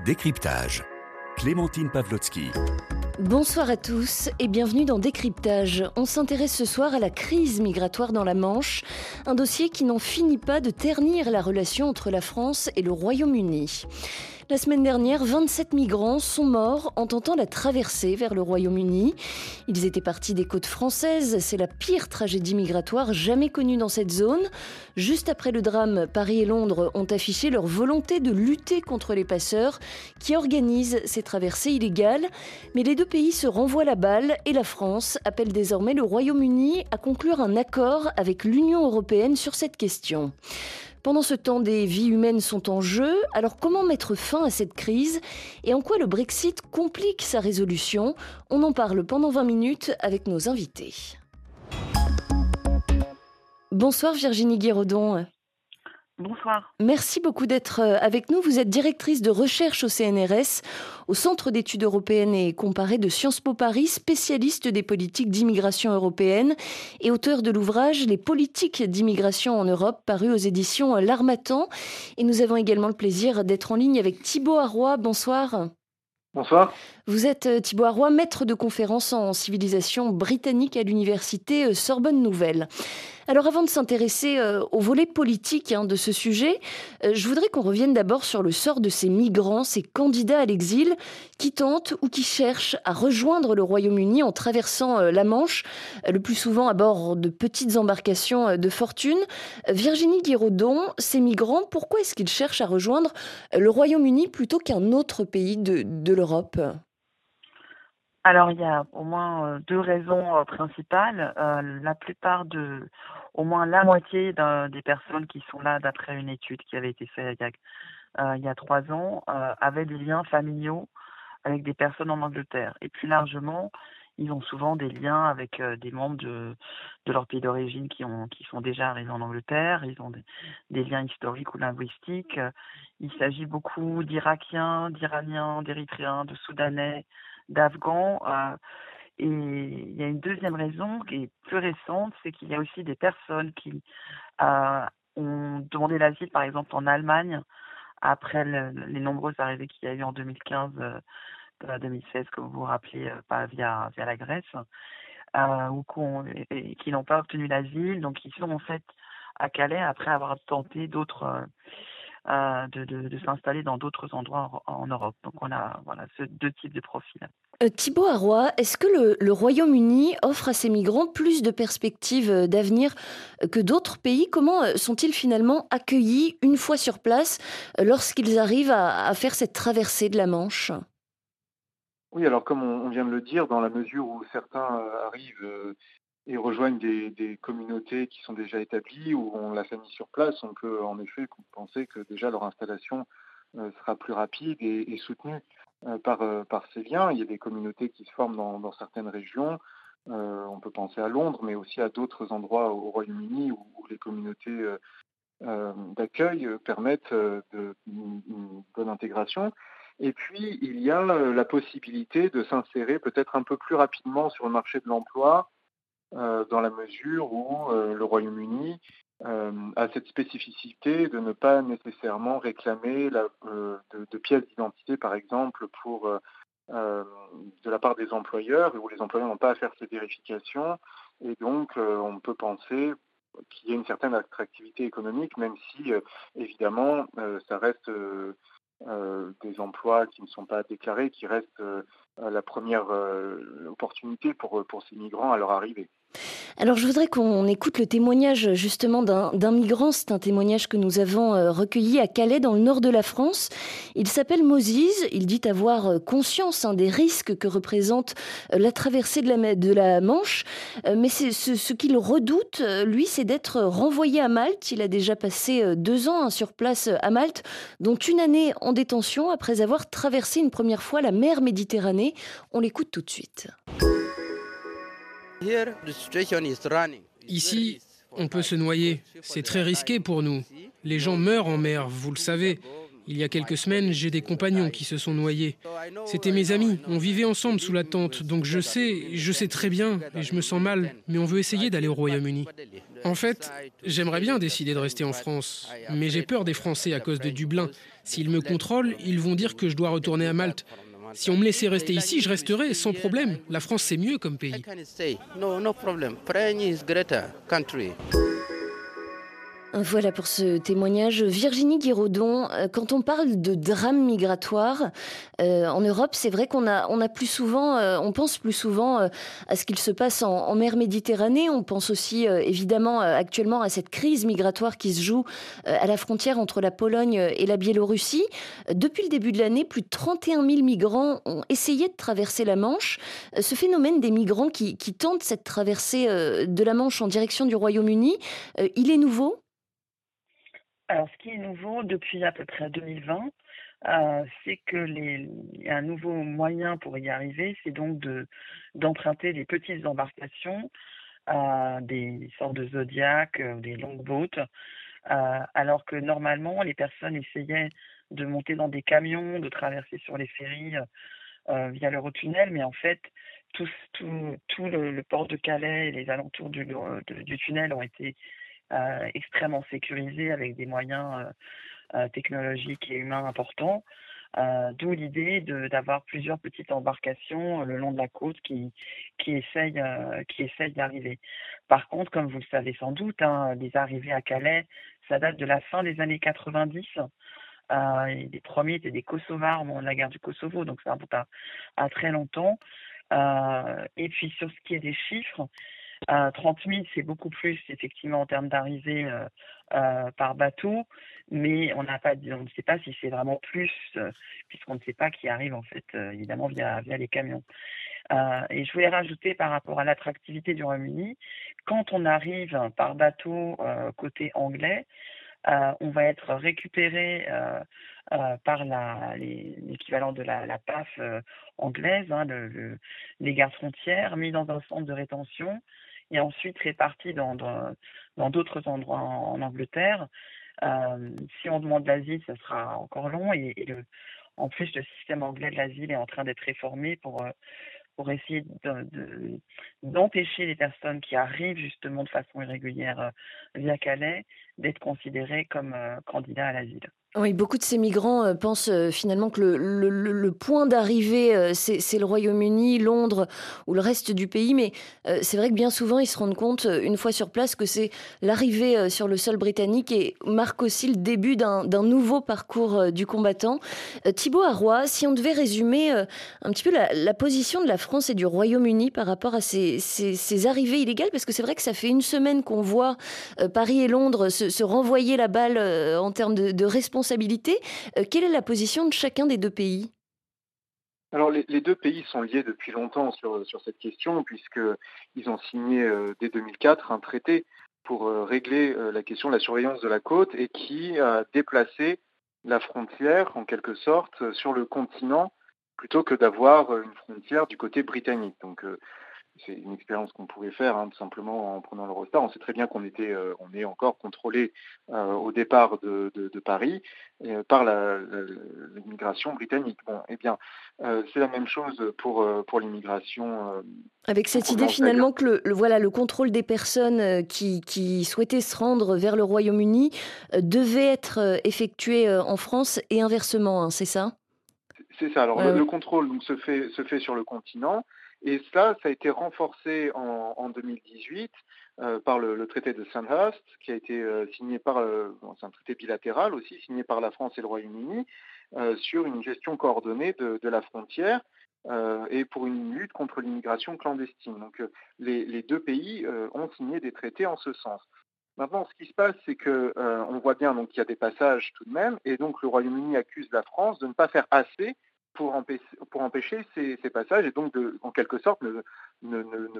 Décryptage. Clémentine Pavlotsky. Bonsoir à tous et bienvenue dans Décryptage. On s'intéresse ce soir à la crise migratoire dans la Manche, un dossier qui n'en finit pas de ternir la relation entre la France et le Royaume-Uni. La semaine dernière, 27 migrants sont morts en tentant la traversée vers le Royaume-Uni. Ils étaient partis des côtes françaises. C'est la pire tragédie migratoire jamais connue dans cette zone. Juste après le drame, Paris et Londres ont affiché leur volonté de lutter contre les passeurs qui organisent ces traversées illégales. Mais les deux pays se renvoient la balle et la France appelle désormais le Royaume-Uni à conclure un accord avec l'Union européenne sur cette question. Pendant ce temps, des vies humaines sont en jeu. Alors comment mettre fin à cette crise et en quoi le Brexit complique sa résolution? On en parle pendant 20 minutes avec nos invités. Bonsoir Virginie Guiraudon. Bonsoir. Merci beaucoup d'être avec nous. Vous êtes directrice de recherche au CNRS, au Centre d'études européennes et comparées de Sciences Po Paris, spécialiste des politiques d'immigration européenne et auteur de l'ouvrage « Les politiques d'immigration en Europe » paru aux éditions L'Harmattan. Et nous avons également le plaisir d'être en ligne avec Thibaut Arroy. Bonsoir. Bonsoir. Vous êtes Thibaut Arroy, maître de conférences en civilisation britannique à l'université Sorbonne Nouvelle. Alors avant de s'intéresser au volet politique de ce sujet, je voudrais qu'on revienne d'abord sur le sort de ces migrants, ces candidats à l'exil qui tentent ou qui cherchent à rejoindre le Royaume-Uni en traversant la Manche, le plus souvent à bord de petites embarcations de fortune. Virginie Guiraudon, ces migrants, pourquoi est-ce qu'ils cherchent à rejoindre le Royaume-Uni plutôt qu'un autre pays de l'Europe ? Alors, il y a au moins deux raisons principales. La plupart au moins la moitié des personnes qui sont là, d'après une étude qui avait été faite il y a 3 ans, avaient des liens familiaux avec des personnes en Angleterre. Et plus largement, ils ont souvent des liens avec des membres de leur pays d'origine qui sont déjà arrivés en Angleterre. Ils ont des liens historiques ou linguistiques. Il s'agit beaucoup d'Irakiens, d'Iraniens, d'Érythréens, de Soudanais, d'Afghans. Et il y a une deuxième raison qui est plus récente, c'est qu'il y a aussi des personnes qui ont demandé l'asile, par exemple en Allemagne, après les nombreuses arrivées qu'il y a eu en 2015, 2016, comme vous vous rappelez, pas via la Grèce, ou qui n'ont pas obtenu l'asile, donc ils sont en fait à Calais après avoir tenté de s'installer dans d'autres endroits en Europe. Donc on a ce deux types de profils. Thibaut Arroy, est-ce que le Royaume-Uni offre à ces migrants plus de perspectives d'avenir que d'autres pays? Comment sont-ils finalement accueillis une fois sur place lorsqu'ils arrivent à faire cette traversée de la Manche? Oui, alors comme on vient de le dire, dans la mesure où certains arrivent et rejoignent des communautés qui sont déjà établies, où on l'a fait mis sur place, on peut en effet penser que déjà leur installation sera plus rapide et soutenue par ces liens. Il y a des communautés qui se forment dans certaines régions. On peut penser à Londres, mais aussi à d'autres endroits au Royaume-Uni où les communautés d'accueil permettent une bonne intégration. Et puis, il y a la possibilité de s'insérer peut-être un peu plus rapidement sur le marché de l'emploi, dans la mesure où le Royaume-Uni a cette spécificité de ne pas nécessairement réclamer de pièces d'identité, par exemple, de la part des employeurs, où les employeurs n'ont pas à faire ces vérifications. Et donc, on peut penser qu'il y a une certaine attractivité économique, même si, évidemment, ça reste des emplois qui ne sont pas déclarés, qui restent la première opportunité pour ces migrants à leur arrivée. Alors je voudrais qu'on écoute le témoignage justement d'un migrant. C'est un témoignage que nous avons recueilli à Calais dans le nord de la France. Il s'appelle Moses. Il dit avoir conscience des risques que représente la traversée de la Manche. Mais ce qu'il redoute, lui, c'est d'être renvoyé à Malte. Il a déjà passé 2 ans sur place à Malte, dont 1 année en détention après avoir traversé une première fois la mer Méditerranée. On l'écoute tout de suite. Ici, on peut se noyer. C'est très risqué pour nous. Les gens meurent en mer, vous le savez. Il y a quelques semaines, j'ai des compagnons qui se sont noyés. C'était mes amis, on vivait ensemble sous la tente, donc je sais très bien, et je me sens mal, mais on veut essayer d'aller au Royaume-Uni. En fait, j'aimerais bien décider de rester en France, mais j'ai peur des Français à cause de Dublin. S'ils me contrôlent, ils vont dire que je dois retourner à Malte. Si on me laissait rester ici, je resterai sans problème. La France, c'est mieux comme pays. Voilà pour ce témoignage. Virginie Guiraudon, quand on parle de drame migratoire en Europe, c'est vrai qu'on a plus souvent, on pense plus souvent à ce qu'il se passe en mer Méditerranée. On pense aussi évidemment actuellement à cette crise migratoire qui se joue à la frontière entre la Pologne et la Biélorussie. Depuis le début de l'année, plus de 31 000 migrants ont essayé de traverser la Manche. Ce phénomène des migrants qui tentent cette traversée de la Manche en direction du Royaume-Uni, il est nouveau ? Alors, ce qui est nouveau depuis à peu près 2020, c'est que il y a un nouveau moyen pour y arriver, c'est donc d'emprunter des petites embarcations, des sortes de Zodiac, des longboats, alors que normalement, les personnes essayaient de monter dans des camions, de traverser sur les ferries via l'Eurotunnel, mais en fait, tout le port de Calais et les alentours du tunnel ont été extrêmement sécurisés avec des moyens technologiques et humains importants. D'où l'idée d'avoir plusieurs petites embarcations le long de la côte qui essayent d'y arriver. Par contre, comme vous le savez sans doute, les arrivées à Calais, ça date de la fin des années 90. Et les premiers étaient des Kosovars au moment de la guerre du Kosovo, donc ça remonte à très longtemps. Et puis sur ce qui est des chiffres, 30 000, c'est beaucoup plus, effectivement, en termes d'arrivée par bateau, mais on ne sait pas si c'est vraiment plus, puisqu'on ne sait pas qui arrive, en fait, évidemment, via les camions. Et je voulais rajouter par rapport à l'attractivité du Royaume-Uni, quand on arrive par bateau côté anglais, on va être récupéré par l'équivalent de la PAF anglaise, les gardes frontières, mis dans un centre de rétention et ensuite répartis dans d'autres endroits en Angleterre. Si on demande l'asile, ça sera encore long en plus, le système anglais de l'asile est en train d'être réformé pour essayer d'empêcher les personnes qui arrivent justement de façon irrégulière via Calais d'être considérées comme candidats à l'asile. Oui, beaucoup de ces migrants pensent finalement que le point d'arrivée, c'est le Royaume-Uni, Londres ou le reste du pays. Mais c'est vrai que bien souvent, ils se rendent compte, une fois sur place, que c'est l'arrivée sur le sol britannique et marque aussi le début d'un nouveau parcours du combattant. Thibaut Arroy, si on devait résumer un petit peu la position de la France et du Royaume-Uni par rapport à ces arrivées illégales, parce que c'est vrai que ça fait une semaine qu'on voit Paris et Londres se renvoyer la balle en termes de responsabilité. Quelle est la position de chacun des deux pays ? Alors les deux pays sont liés depuis longtemps sur cette question, puisqu'ils ont signé dès 2004 un traité pour régler la question de la surveillance de la côte et qui a déplacé la frontière, en quelque sorte, sur le continent, plutôt que d'avoir une frontière du côté britannique. Donc c'est une expérience qu'on pouvait faire tout simplement en prenant l'Eurostar. On sait très bien qu'on est encore contrôlé au départ de Paris par l'immigration britannique. Bon, eh bien, c'est la même chose pour l'immigration. Avec cette idée finalement que le contrôle des personnes qui souhaitaient se rendre vers le Royaume-Uni devait être effectué en France et inversement, c'est ça ? C'est ça. Alors le contrôle donc, se fait sur le continent. Et ça a été renforcé en 2018 par le traité de Sandhurst, qui a été signé c'est un traité bilatéral aussi, signé par la France et le Royaume-Uni, sur une gestion coordonnée de la frontière et pour une lutte contre l'immigration clandestine. Donc les deux pays ont signé des traités en ce sens. Maintenant, ce qui se passe, c'est que on voit bien donc qu'il y a des passages tout de même, et donc le Royaume-Uni accuse la France de ne pas faire assez pour empêcher ces passages et donc en quelque sorte ne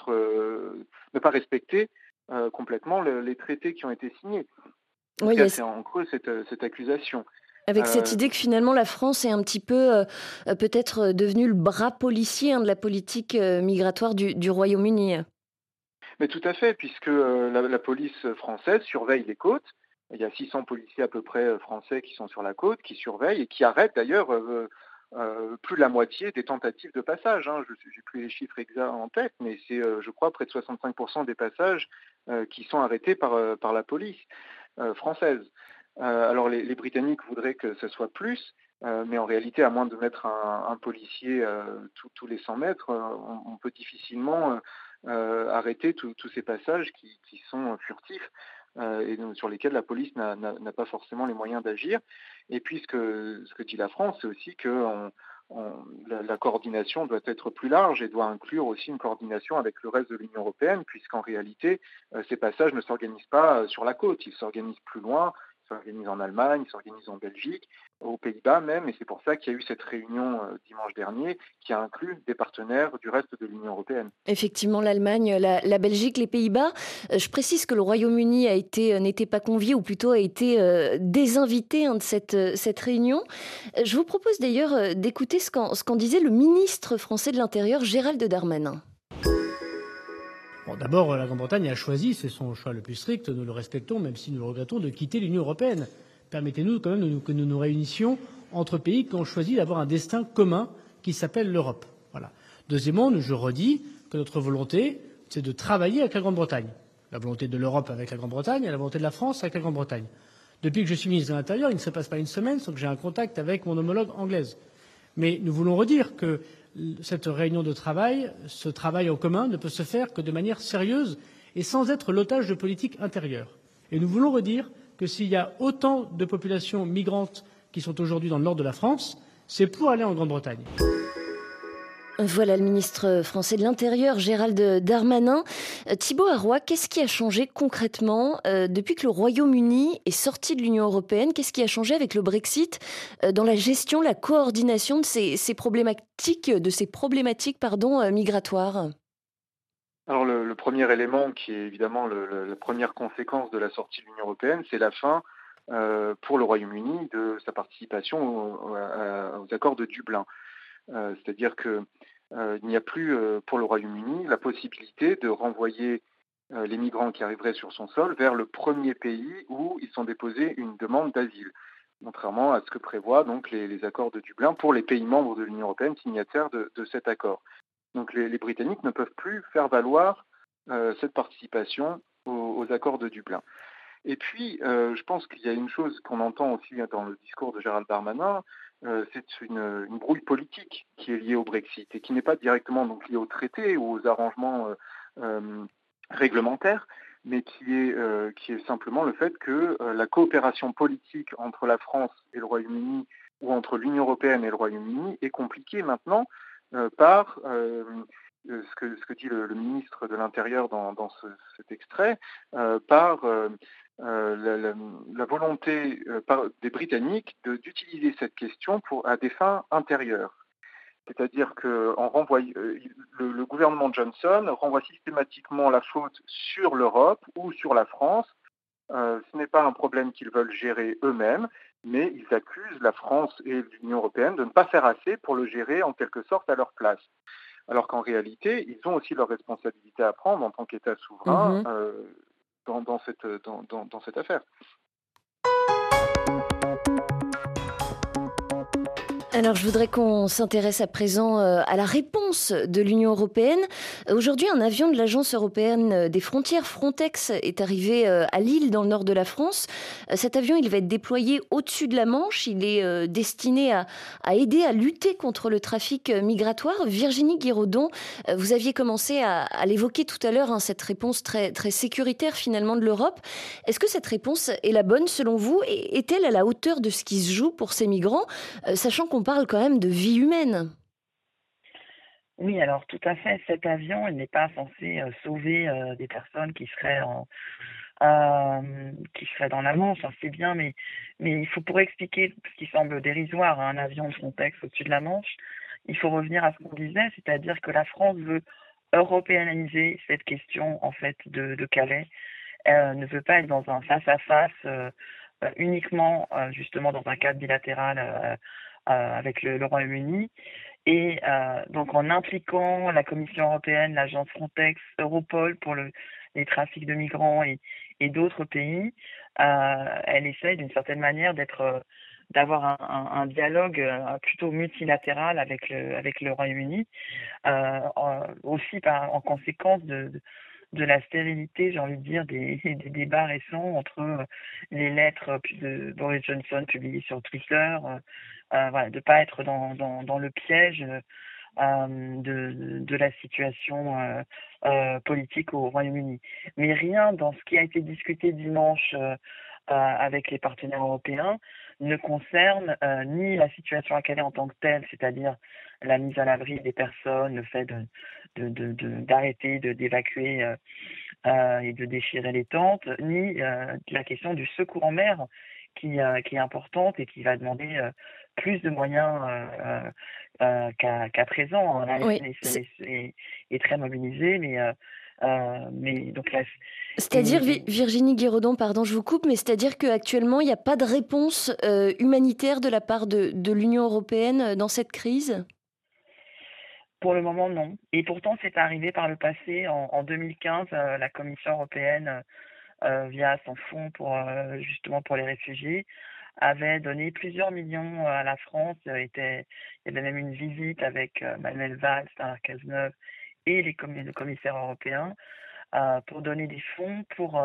pas respecter complètement les traités qui ont été signés. En tout cas, c'est en creux cette accusation. Avec cette idée que finalement la France est un petit peu peut-être devenue le bras policier de la politique migratoire du Royaume-Uni. Mais tout à fait, puisque la police française surveille les côtes. Il y a 600 policiers à peu près français qui sont sur la côte, qui surveillent et qui arrêtent d'ailleurs plus de la moitié des tentatives de passage. Je n'ai plus les chiffres exacts en tête, mais c'est, je crois, près de 65% des passages qui sont arrêtés par la police française. Alors les Britanniques voudraient que ce soit plus, mais en réalité, à moins de mettre un policier tous les 100 mètres, on peut difficilement arrêter tous ces passages qui sont furtifs et donc, sur lesquels la police n'a pas forcément les moyens d'agir. Et puis ce que dit la France, c'est aussi que la coordination doit être plus large et doit inclure aussi une coordination avec le reste de l'Union européenne, puisqu'en réalité, ces passages ne s'organisent pas sur la côte, ils s'organisent plus loin. S'organise en Allemagne, s'organise en Belgique, aux Pays-Bas même, et c'est pour ça qu'il y a eu cette réunion dimanche dernier qui a inclus des partenaires du reste de l'Union européenne. Effectivement, l'Allemagne, la Belgique, les Pays-Bas. Je précise que le Royaume-Uni n'était pas convié, ou plutôt a été désinvité de cette réunion. Je vous propose d'ailleurs d'écouter ce qu'en disait le ministre français de l'Intérieur, Gérald Darmanin. Bon, d'abord, la Grande-Bretagne a choisi, c'est son choix le plus strict, nous le respectons, même si nous le regrettons, de quitter l'Union européenne. Permettez-nous quand même que nous nous réunissions entre pays qui ont choisi d'avoir un destin commun qui s'appelle l'Europe. Voilà. Deuxièmement, je redis que notre volonté, c'est de travailler avec la Grande-Bretagne. La volonté de l'Europe avec la Grande-Bretagne et la volonté de la France avec la Grande-Bretagne. Depuis que je suis ministre de l'Intérieur, il ne se passe pas une semaine sans que j'ai un contact avec mon homologue anglaise. Mais nous voulons redire que cette réunion de travail, ce travail en commun ne peut se faire que de manière sérieuse et sans être l'otage de politiques intérieures. Et nous voulons redire que s'il y a autant de populations migrantes qui sont aujourd'hui dans le nord de la France, c'est pour aller en Grande-Bretagne. Voilà le ministre français de l'Intérieur, Gérald Darmanin. Thibaut Arroy, qu'est-ce qui a changé concrètement depuis que le Royaume-Uni est sorti de l'Union européenne? Qu'est-ce qui a changé avec le Brexit dans la gestion, la coordination de ces problématiques migratoires? Alors le premier élément qui est évidemment la première conséquence de la sortie de l'Union européenne, c'est la fin pour le Royaume-Uni de sa participation aux accords de Dublin. C'est-à-dire que il n'y a plus pour le Royaume-Uni la possibilité de renvoyer les migrants qui arriveraient sur son sol vers le premier pays où ils sont déposés une demande d'asile, contrairement à ce que prévoient donc les accords de Dublin pour les pays membres de l'Union européenne signataires de cet accord. Donc les Britanniques ne peuvent plus faire valoir cette participation aux accords de Dublin. Et puis, je pense qu'il y a une chose qu'on entend aussi dans le discours de Gérald Darmanin, c'est une brouille politique qui est liée au Brexit et qui n'est pas directement donc liée au traité ou aux arrangements réglementaires, mais qui est simplement le fait que la coopération politique entre la France et le Royaume-Uni ou entre l'Union européenne et le Royaume-Uni est compliquée maintenant par ce que dit le ministre de l'Intérieur dans cet extrait, par la volonté des Britanniques d'utiliser cette question à des fins intérieures. C'est-à-dire que le gouvernement Johnson renvoie systématiquement la faute sur l'Europe ou sur la France. Ce n'est pas un problème qu'ils veulent gérer eux-mêmes, mais ils accusent la France et l'Union européenne de ne pas faire assez pour le gérer en quelque sorte à leur place. Alors qu'en réalité, ils ont aussi leur responsabilité à prendre en tant qu'État souverain dans cette affaire. Alors, je voudrais qu'on s'intéresse à présent à la réponse de l'Union européenne. Aujourd'hui, un avion de l'Agence européenne des frontières, Frontex, est arrivé à Lille, dans le nord de la France. Cet avion, il va être déployé au-dessus de la Manche. Il est destiné à aider à lutter contre le trafic migratoire. Virginie Guiraudon, vous aviez commencé à l'évoquer tout à l'heure, cette réponse très, très sécuritaire finalement de l'Europe. Est-ce que cette réponse est la bonne selon vous? Et est-elle à la hauteur de ce qui se joue pour ces migrants, sachant qu'on parle quand même de vie humaine? Oui, alors tout à fait. Cet avion, il n'est pas censé sauver des personnes qui seraient dans la Manche, c'est bien, mais il faut, pour expliquer ce qui semble dérisoire à un avion de Frontex au-dessus de la Manche, il faut revenir à ce qu'on disait, c'est-à-dire que la France veut européaniser cette question en fait de Calais, ne veut pas être dans un face-à-face uniquement justement dans un cadre bilatéral avec le Royaume-Uni. Et donc en impliquant la Commission européenne, l'agence Frontex, Europol pour les trafics de migrants et d'autres pays, elle essaye d'une certaine manière d'avoir un dialogue plutôt multilatéral avec le Royaume-Uni, aussi en conséquence de la stérilité, j'ai envie de dire, des débats récents entre les lettres de Boris Johnson publiées sur Twitter, voilà, de ne pas être dans le piège de la situation politique au Royaume-Uni. Mais rien dans ce qui a été discuté dimanche avec les partenaires européens ne concerne ni la situation à Calais en tant que telle, c'est-à-dire la mise à l'abri des personnes, le fait d'arrêter, d'évacuer et de déchirer les tentes, ni la question du secours en mer qui est importante et qui va demander plus de moyens qu'à présent. La Oui, SNSC est très mobilisée, mais donc là, c'est-à-dire, Virginie Guiraudon, pardon, je vous coupe, mais c'est-à-dire qu'actuellement, il n'y a pas de réponse humanitaire de la part de l'Union européenne dans cette crise ? Pour le moment, non. Et pourtant, c'est arrivé par le passé. En 2015, la Commission européenne, via son fonds justement pour les réfugiés, avait donné plusieurs millions à la France. Il y avait même une visite avec Manuel Valls, Bernard Cazeneuve et les commissaires européens pour donner des fonds pour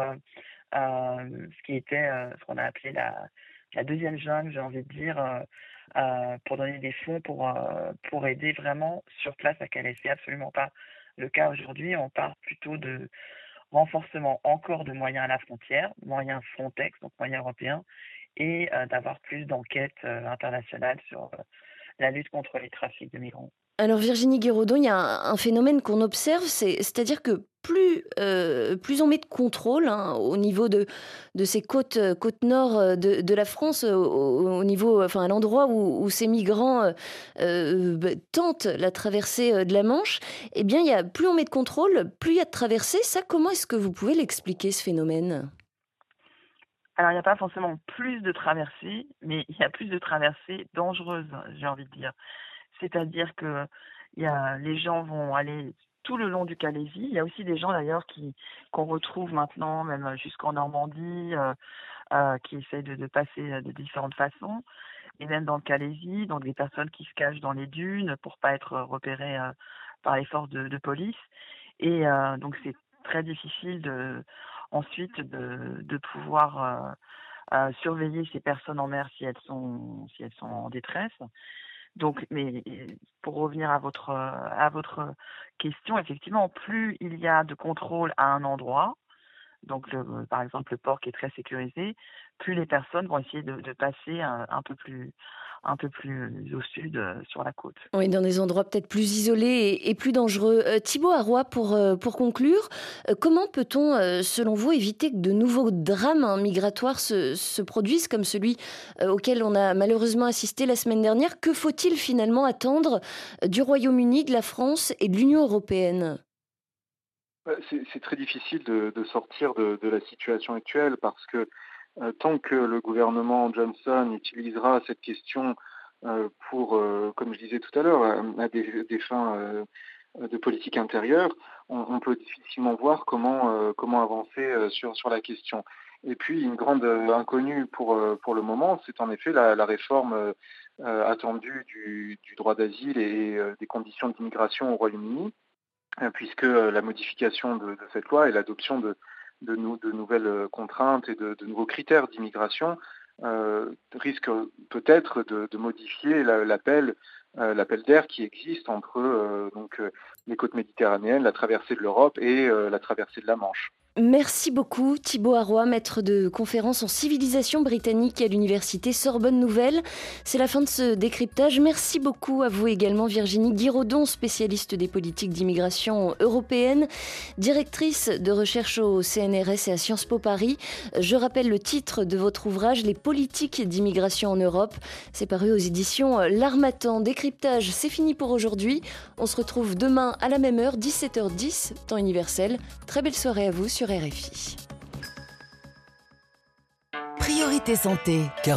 ce qui était ce qu'on a appelé la deuxième jungle, j'ai envie de dire, pour donner des fonds pour aider vraiment sur place à Calais. C'est absolument pas le cas aujourd'hui. On parle plutôt de renforcement encore de moyens à la frontière, moyens Frontex, donc moyens européens, et d'avoir plus d'enquêtes internationales sur la lutte contre les trafics de migrants. Alors Virginie Guiraudon, il y a un phénomène qu'on observe, c'est-à-dire que plus on met de contrôle au niveau de ces côtes nord de la France, au niveau, enfin à l'endroit où ces migrants tentent la traversée de la Manche, eh bien plus on met de contrôle, plus il y a de traversées. Ça, comment est-ce que vous pouvez l'expliquer, ce phénomène ? Alors, il n'y a pas forcément plus de traversées, mais il y a plus de traversées dangereuses, j'ai envie de dire. C'est-à-dire que les gens vont aller tout le long du Calaisis. Il y a aussi des gens d'ailleurs qu'on retrouve maintenant, même jusqu'en Normandie, qui essaient de passer de différentes façons. Et même dans le Calaisis, donc des personnes qui se cachent dans les dunes pour pas être repérées par les forces de police. Et donc c'est très difficile ensuite de pouvoir surveiller ces personnes en mer si elles sont en détresse. Donc, mais pour revenir à votre question, effectivement, plus il y a de contrôle à un endroit, donc par exemple le port qui est très sécurisé, plus les personnes vont essayer de passer un peu plus au sud sur la côte. Oui, dans des endroits peut-être plus isolés et plus dangereux. Thibaut Arroy, pour conclure, comment peut-on, selon vous, éviter que de nouveaux drames migratoires se produisent comme celui auquel on a malheureusement assisté la semaine dernière ? Que faut-il finalement attendre du Royaume-Uni, de la France et de l'Union européenne ? C'est très difficile de sortir de la situation actuelle parce que tant que le gouvernement Johnson utilisera cette question pour, comme je disais tout à l'heure, à des fins de politique intérieure, on peut difficilement voir comment avancer sur la question. Et puis une grande inconnue pour le moment, c'est en effet la réforme attendue du droit d'asile et des conditions d'immigration au Royaume-Uni, puisque la modification de cette loi et l'adoption de nouvelles contraintes et de nouveaux critères d'immigration risque peut-être de modifier l'appel d'air qui existe entre les côtes méditerranéennes, la traversée de l'Europe et la traversée de la Manche. Merci beaucoup Thibaut Arroy, maître de conférence en civilisation britannique à l'université Sorbonne Nouvelle. C'est la fin de ce décryptage. Merci beaucoup à vous également Virginie Guiraudon, spécialiste des politiques d'immigration européenne, directrice de recherche au CNRS et à Sciences Po Paris. Je rappelle le titre de votre ouvrage, Les politiques d'immigration en Europe. C'est paru aux éditions L'Harmattan. Décryptage, c'est fini pour aujourd'hui. On se retrouve demain à la même heure, 17h10, temps universel. Très belle soirée à vous sur RFI. Priorité santé.